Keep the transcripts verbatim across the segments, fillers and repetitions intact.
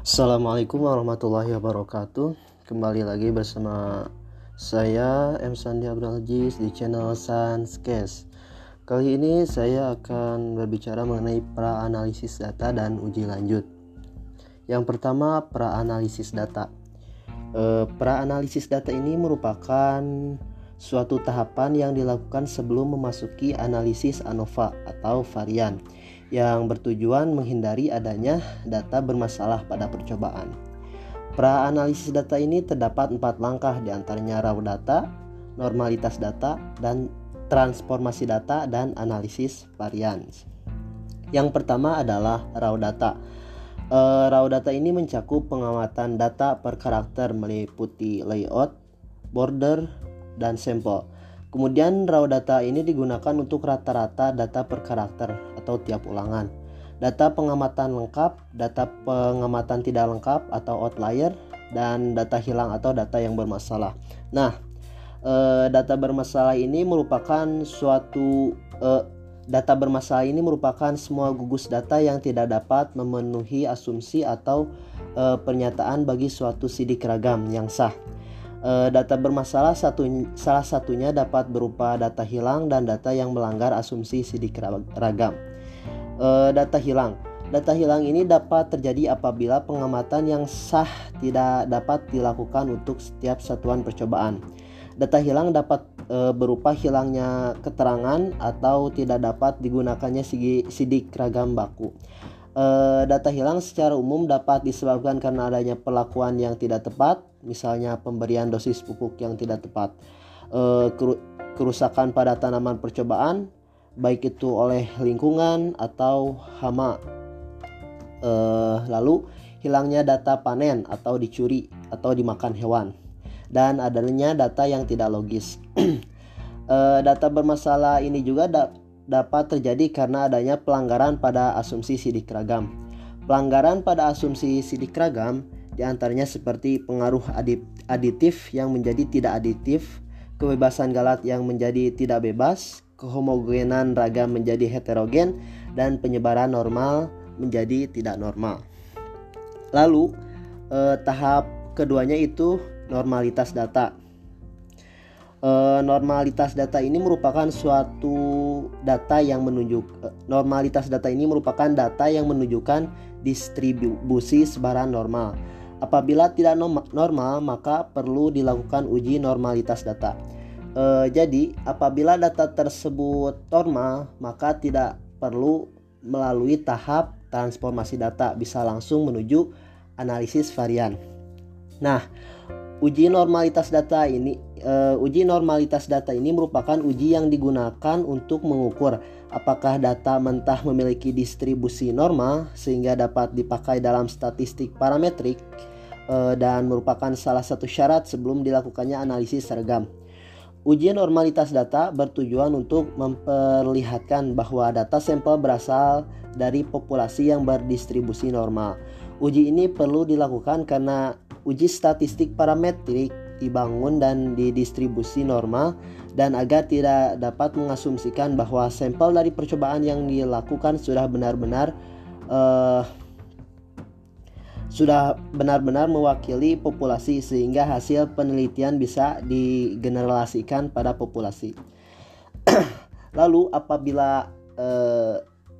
Assalamualaikum warahmatullahi wabarakatuh. Kembali lagi bersama saya M. Sandi Abdul Aziz di channel Sanscase. Kali ini saya akan berbicara mengenai pra-analisis data dan uji lanjut. Yang pertama, pra-analisis data. E, pra-analisis data ini merupakan suatu tahapan yang dilakukan sebelum memasuki analisis ANOVA atau varian, yang bertujuan menghindari adanya data bermasalah pada percobaan. Pra-analisis data ini terdapat empat langkah, diantaranya raw data, normalitas data, dan transformasi data dan analisis varian. Yang pertama adalah raw data. E, raw data ini mencakup pengamatan data per karakter meliputi layout, border, dan sampel. Kemudian raw data ini digunakan untuk rata-rata data per karakter atau tiap ulangan, data pengamatan lengkap, data pengamatan tidak lengkap atau outlier, dan data hilang atau data yang bermasalah. Nah, eh, data bermasalah ini merupakan suatu eh, data bermasalah ini merupakan semua gugus data yang tidak dapat memenuhi asumsi atau eh, pernyataan bagi suatu sidik ragam yang sah. E, data bermasalah satu, salah satunya dapat berupa data hilang dan data yang melanggar asumsi sidik ragam. E, data hilang. Data hilang ini dapat terjadi apabila pengamatan yang sah tidak dapat dilakukan untuk setiap satuan percobaan. Data hilang dapat e, berupa hilangnya keterangan atau tidak dapat digunakannya sidik ragam baku. E, data hilang secara umum dapat disebabkan karena adanya perlakuan yang tidak tepat, misalnya pemberian dosis pupuk yang tidak tepat, e, kerusakan pada tanaman percobaan, baik itu oleh lingkungan atau hama. E, lalu hilangnya data panen atau dicuri atau dimakan hewan, dan adanya data yang tidak logis. e, data bermasalah ini juga da- dapat terjadi karena adanya pelanggaran pada asumsi sidik ragam. Pelanggaran pada asumsi sidik ragam diantaranya seperti pengaruh aditif yang menjadi tidak aditif, kebebasan galat yang menjadi tidak bebas, kehomogenan ragam menjadi heterogen, dan penyebaran normal menjadi tidak normal. Lalu eh, tahap keduanya itu normalitas data. Normalitas data ini merupakan suatu data yang menunjuk normalitas data ini merupakan data yang menunjukkan distribusi sebaran normal. Apabila tidak normal, maka perlu dilakukan uji normalitas data. E, jadi, apabila data tersebut normal, maka tidak perlu melalui tahap transformasi data, bisa langsung menuju analisis varian. Nah, uji normalitas data ini uh, uji normalitas data ini merupakan uji yang digunakan untuk mengukur apakah data mentah memiliki distribusi normal sehingga dapat dipakai dalam statistik parametrik, uh, dan merupakan salah satu syarat sebelum dilakukannya analisis seragam. Uji normalitas data bertujuan untuk memperlihatkan bahwa data sampel berasal dari populasi yang berdistribusi normal. Uji ini perlu dilakukan karena uji statistik parametrik dibangun dan didistribusi normal, dan agar tidak dapat mengasumsikan bahwa sampel dari percobaan yang dilakukan sudah benar-benar uh, sudah benar-benar mewakili populasi sehingga hasil penelitian bisa digeneralisasikan pada populasi. Lalu apabila uh,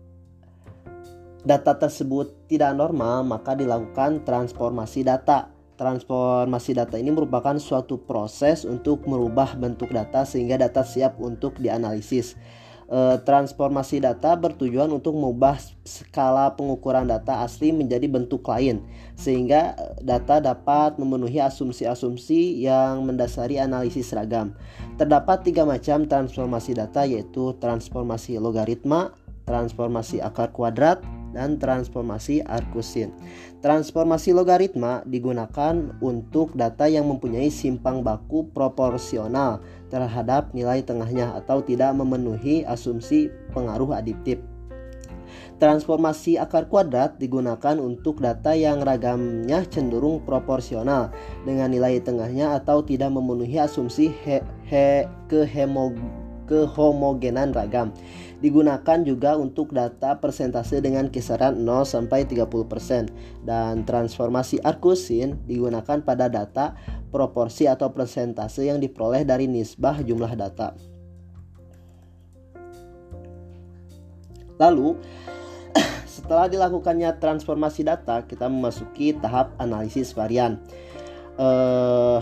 data tersebut tidak normal, maka dilakukan transformasi data. Transformasi data ini merupakan suatu proses untuk merubah bentuk data sehingga data siap untuk dianalisis. E, transformasi data bertujuan untuk mengubah skala pengukuran data asli menjadi bentuk lain sehingga data dapat memenuhi asumsi-asumsi yang mendasari analisis seragam. Terdapat tiga macam transformasi data, yaitu transformasi logaritma, transformasi akar kuadrat, dan transformasi Arcusin. Transformasi logaritma digunakan untuk data yang mempunyai simpang baku proporsional terhadap nilai tengahnya atau tidak memenuhi asumsi pengaruh aditif. Transformasi akar kuadrat digunakan untuk data yang ragamnya cenderung proporsional dengan nilai tengahnya atau tidak memenuhi asumsi he- he- kehemo- kehomogenan ragam. Digunakan juga untuk data persentase dengan kisaran nol sampai tiga puluh persen. Dan transformasi Arcusin digunakan pada data proporsi atau persentase yang diperoleh dari nisbah jumlah data. Lalu, setelah dilakukannya transformasi data, kita memasuki tahap analisis varian. Uh,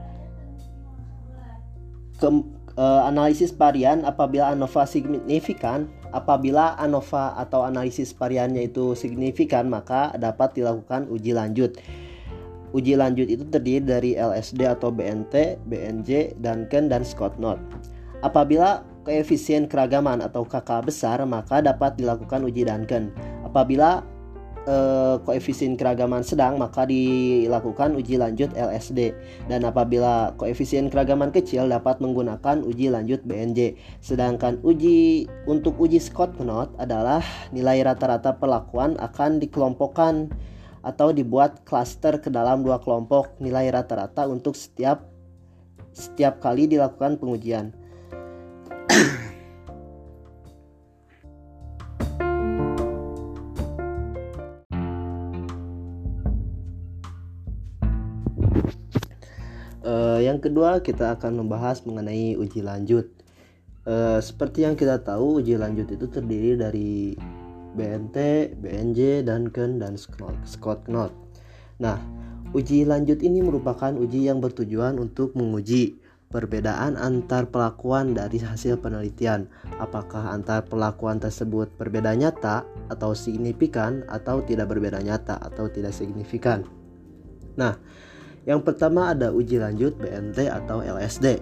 ke, uh, analisis varian apabila ANOVA signifikan, apabila ANOVA atau analisis variannya itu signifikan, maka dapat dilakukan uji lanjut. Uji lanjut itu terdiri dari L S D atau B N T, B N J, Duncan, dan Scott-Knott. Apabila koefisien keragaman atau K K besar, maka dapat dilakukan uji Duncan. Apabila eh, koefisien keragaman sedang, maka dilakukan uji lanjut L S D. Dan apabila koefisien keragaman kecil, dapat menggunakan uji lanjut B N J. Sedangkan uji untuk uji Scott-Knott adalah nilai rata-rata perlakuan akan dikelompokkan atau dibuat klaster ke dalam dua kelompok nilai rata-rata untuk setiap setiap kali dilakukan pengujian. Uh, yang kedua, kita akan membahas mengenai uji lanjut. Uh, seperti yang kita tahu, uji lanjut itu terdiri dari B N T, B N J, Duncan, dan Scott-Knott. Nah, uji lanjut ini merupakan uji yang bertujuan untuk menguji perbedaan antar perlakuan dari hasil penelitian. Apakah antar perlakuan tersebut berbeda nyata atau signifikan, atau tidak berbeda nyata atau tidak signifikan. Nah, yang pertama ada uji lanjut B N T atau L S D.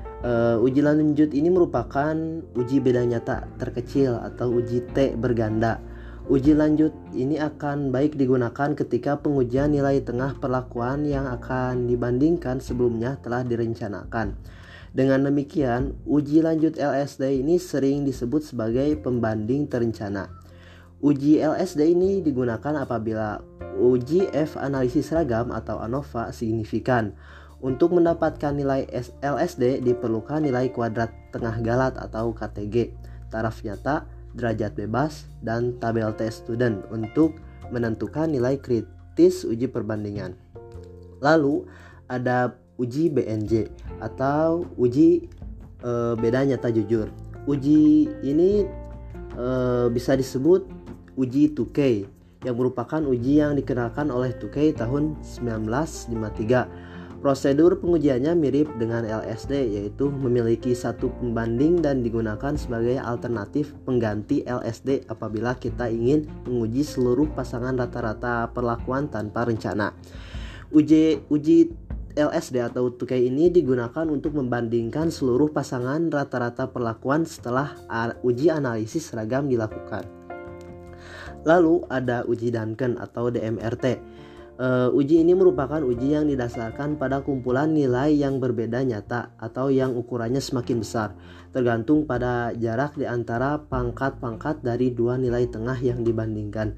Uh, uji lanjut ini merupakan uji beda nyata terkecil atau uji T berganda. Uji lanjut ini akan baik digunakan ketika pengujian nilai tengah perlakuan yang akan dibandingkan sebelumnya telah direncanakan. Dengan demikian, uji lanjut L S D ini sering disebut sebagai pembanding terencana. Uji L S D ini digunakan apabila uji F analisis seragam atau ANOVA signifikan. Untuk mendapatkan nilai L S D diperlukan nilai kuadrat tengah galat atau K T G, taraf nyata, derajat bebas, dan tabel T student untuk menentukan nilai kritis uji perbandingan. Lalu ada uji B N J atau uji e, beda nyata jujur. Uji ini e, bisa disebut uji two K yang merupakan uji yang dikenalkan oleh two K tahun sembilan belas lima puluh tiga. Prosedur pengujiannya mirip dengan L S D, yaitu memiliki satu pembanding dan digunakan sebagai alternatif pengganti L S D apabila kita ingin menguji seluruh pasangan rata-rata perlakuan tanpa rencana. Uji, uji L S D atau two K ini digunakan untuk membandingkan seluruh pasangan rata-rata perlakuan setelah uji analisis seragam dilakukan. Lalu ada uji Duncan atau D M R T. Uh, uji ini merupakan uji yang didasarkan pada kumpulan nilai yang berbeda nyata atau yang ukurannya semakin besar, tergantung pada jarak di antara pangkat-pangkat dari dua nilai tengah yang dibandingkan.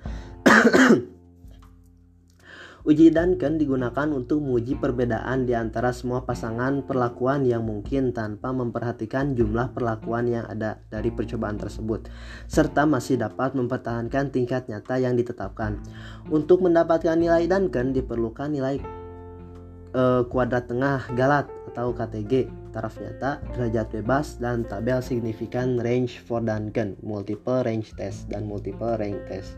Uji Duncan digunakan untuk menguji perbedaan di antara semua pasangan perlakuan yang mungkin tanpa memperhatikan jumlah perlakuan yang ada dari percobaan tersebut, serta masih dapat mempertahankan tingkat nyata yang ditetapkan. Untuk mendapatkan nilai Duncan diperlukan nilai eh, kuadrat tengah galat atau K T G, taraf nyata, derajat bebas, dan tabel signifikan range for Duncan, multiple range test, dan multiple range test.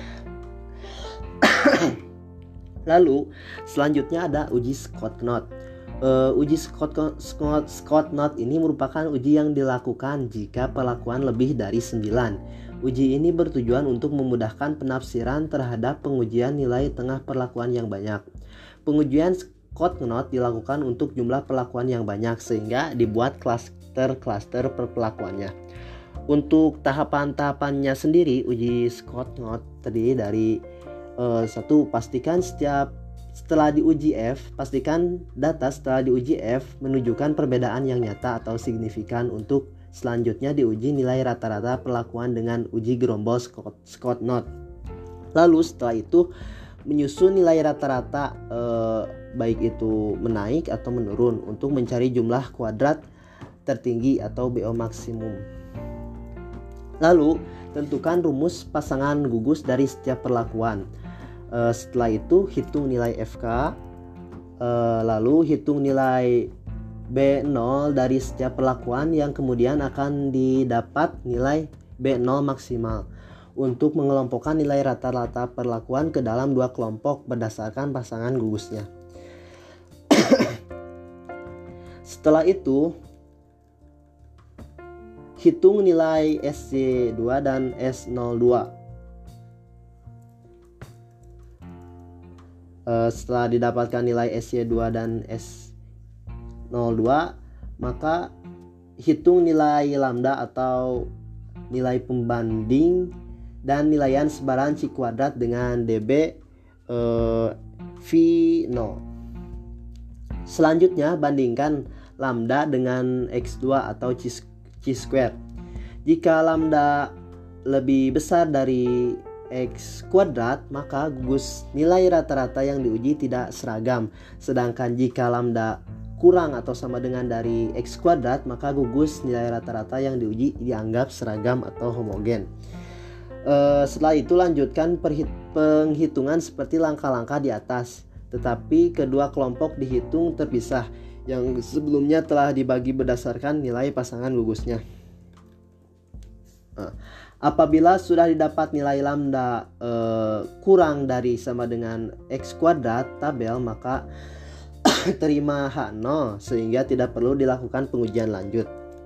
Lalu selanjutnya ada uji Scott-Knott. Uh, uji Scott-Knott Scott, ini merupakan uji yang dilakukan jika perlakuan lebih dari sembilan. Uji ini bertujuan untuk memudahkan penafsiran terhadap pengujian nilai tengah perlakuan yang banyak. Pengujian Scott-Knott dilakukan untuk jumlah perlakuan yang banyak sehingga dibuat klaster-klaster perlakuannya. Untuk tahapan-tahapannya sendiri, uji Scott-Knott terdiri dari Uh, satu, pastikan setiap setelah diuji F, pastikan data setelah diuji F menunjukkan perbedaan yang nyata atau signifikan. Untuk selanjutnya diuji nilai rata-rata perlakuan dengan uji gerombol Scott-Knott. Lalu setelah itu menyusun nilai rata-rata uh, baik itu menaik atau menurun untuk mencari jumlah kuadrat tertinggi atau B O maksimum. Lalu tentukan rumus pasangan gugus dari setiap perlakuan. E, setelah itu hitung nilai F K, e, lalu hitung nilai B nol dari setiap perlakuan yang kemudian akan didapat nilai B nol maksimal untuk mengelompokkan nilai rata-rata perlakuan ke dalam dua kelompok berdasarkan pasangan gugusnya. Setelah itu hitung nilai S C dua dan S nol dua. E, setelah didapatkan nilai S C dua dan S nol dua, maka hitung nilai lambda atau nilai pembanding dan nilaian sebaran C kuadrat dengan dB e, V nol. Selanjutnya bandingkan lambda dengan X dua atau C square. Jika lambda lebih besar dari X kuadrat, maka gugus nilai rata-rata yang diuji tidak seragam. Sedangkan jika lambda kurang atau sama dengan dari X kuadrat, maka gugus nilai rata-rata yang diuji dianggap seragam atau homogen. E, setelah itu lanjutkan perhit- penghitungan seperti langkah-langkah di atas, tetapi kedua kelompok dihitung terpisah yang sebelumnya telah dibagi berdasarkan nilai pasangan gugusnya. Nah, apabila sudah didapat nilai lambda e, kurang dari sama dengan X kuadrat tabel, maka terima H nol sehingga tidak perlu dilakukan pengujian lanjut.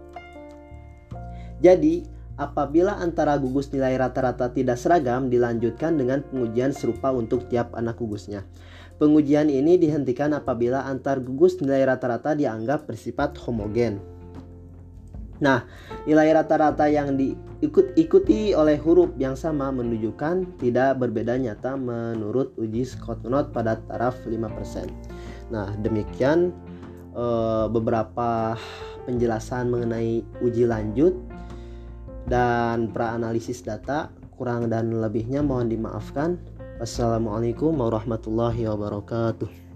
Jadi, apabila antara gugus nilai rata-rata tidak seragam, dilanjutkan dengan pengujian serupa untuk tiap anak gugusnya. Pengujian ini dihentikan apabila antar gugus nilai rata-rata dianggap bersifat homogen. Nah, nilai rata-rata yang diikuti oleh huruf yang sama menunjukkan tidak berbeda nyata menurut uji Scott Note pada taraf lima persen. Nah, demikian e, beberapa penjelasan mengenai uji lanjut dan praanalisis data. Kurang dan lebihnya mohon dimaafkan. Wassalamualaikum warahmatullahi wabarakatuh.